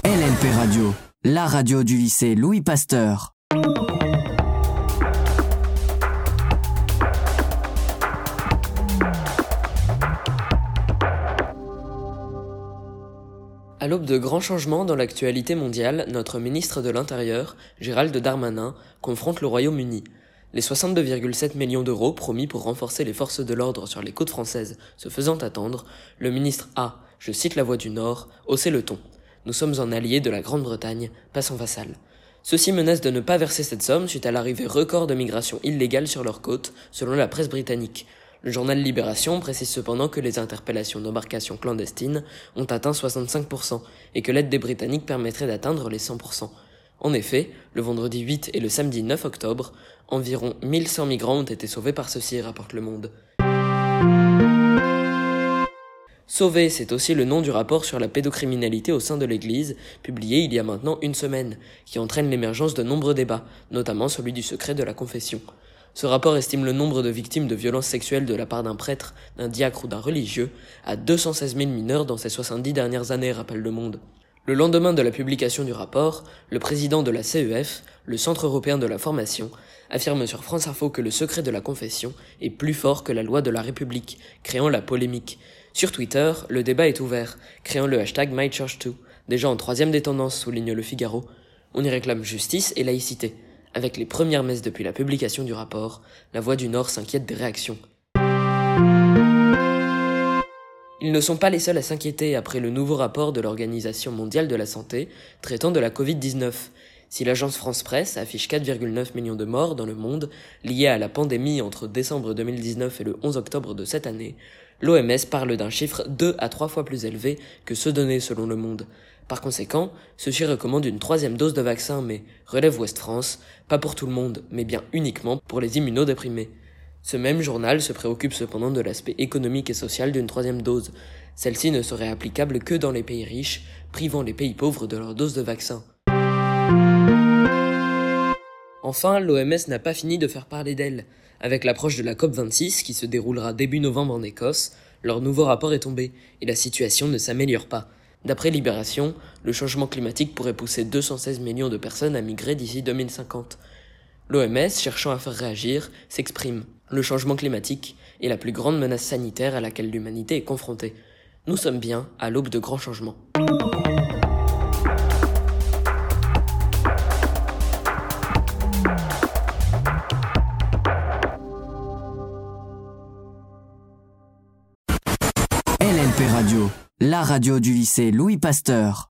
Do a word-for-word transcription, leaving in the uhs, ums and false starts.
L L P Radio, la radio du lycée Louis Pasteur. À l'aube de grands changements dans l'actualité mondiale, notre ministre de l'Intérieur, Gérald Darmanin, confronte le Royaume-Uni. Les soixante-deux virgule sept millions d'euros promis pour renforcer les forces de l'ordre sur les côtes françaises se faisant attendre, le ministre a, je cite la Voix du Nord, haussé le ton. Nous sommes en allié de la Grande-Bretagne, pas son vassal. Ceux-ci menacent de ne pas verser cette somme suite à l'arrivée record de migration illégale sur leurs côtes, selon la presse britannique. Le journal Libération précise cependant que les interpellations d'embarcations clandestines ont atteint soixante-cinq pour cent et que l'aide des Britanniques permettrait d'atteindre les cent pour cent. En effet, le vendredi huit et le samedi neuf octobre, environ mille cent migrants ont été sauvés par ceux-ci, rapporte Le Monde. Sauver, c'est aussi le nom du rapport sur la pédocriminalité au sein de l'Église, publié il y a maintenant une semaine, qui entraîne l'émergence de nombreux débats, notamment celui du secret de la confession. Ce rapport estime le nombre de victimes de violences sexuelles de la part d'un prêtre, d'un diacre ou d'un religieux à deux cent seize mille mineurs dans ces soixante-dix dernières années, rappelle Le Monde. Le lendemain de la publication du rapport, le président de la C E F, le Centre européen de la formation, affirme sur France Info que le secret de la confession est plus fort que la loi de la République, créant la polémique. Sur Twitter, le débat est ouvert, créant le hashtag MyChurchToo, déjà en troisième des tendances, souligne Le Figaro. On y réclame justice et laïcité. Avec les premières messes depuis la publication du rapport, la Voix du Nord s'inquiète des réactions. Ils ne sont pas les seuls à s'inquiéter après le nouveau rapport de l'Organisation mondiale de la santé traitant de la covid dix-neuf. Si l'agence France Presse affiche quatre virgule neuf millions de morts dans le monde liés à la pandémie entre décembre deux mille dix-neuf et le onze octobre de cette année, l'O M S parle d'un chiffre deux à trois fois plus élevé que ceux donnés selon Le Monde. Par conséquent, ceux-ci recommandent une troisième dose de vaccin, mais, relève Ouest France, pas pour tout le monde, mais bien uniquement pour les immunodéprimés. Ce même journal se préoccupe cependant de l'aspect économique et social d'une troisième dose. Celle-ci ne serait applicable que dans les pays riches, privant les pays pauvres de leur dose de vaccin. Enfin, l'O M S n'a pas fini de faire parler d'elle. Avec l'approche de la COP vingt-six, qui se déroulera début novembre en Écosse, leur nouveau rapport est tombé, et la situation ne s'améliore pas. D'après Libération, le changement climatique pourrait pousser deux cent seize millions de personnes à migrer d'ici deux mille cinquante. L'O M S, cherchant à faire réagir, s'exprime. Le changement climatique est la plus grande menace sanitaire à laquelle l'humanité est confrontée. Nous sommes bien à l'aube de grands changements. L L P Radio, la radio du lycée Louis Pasteur.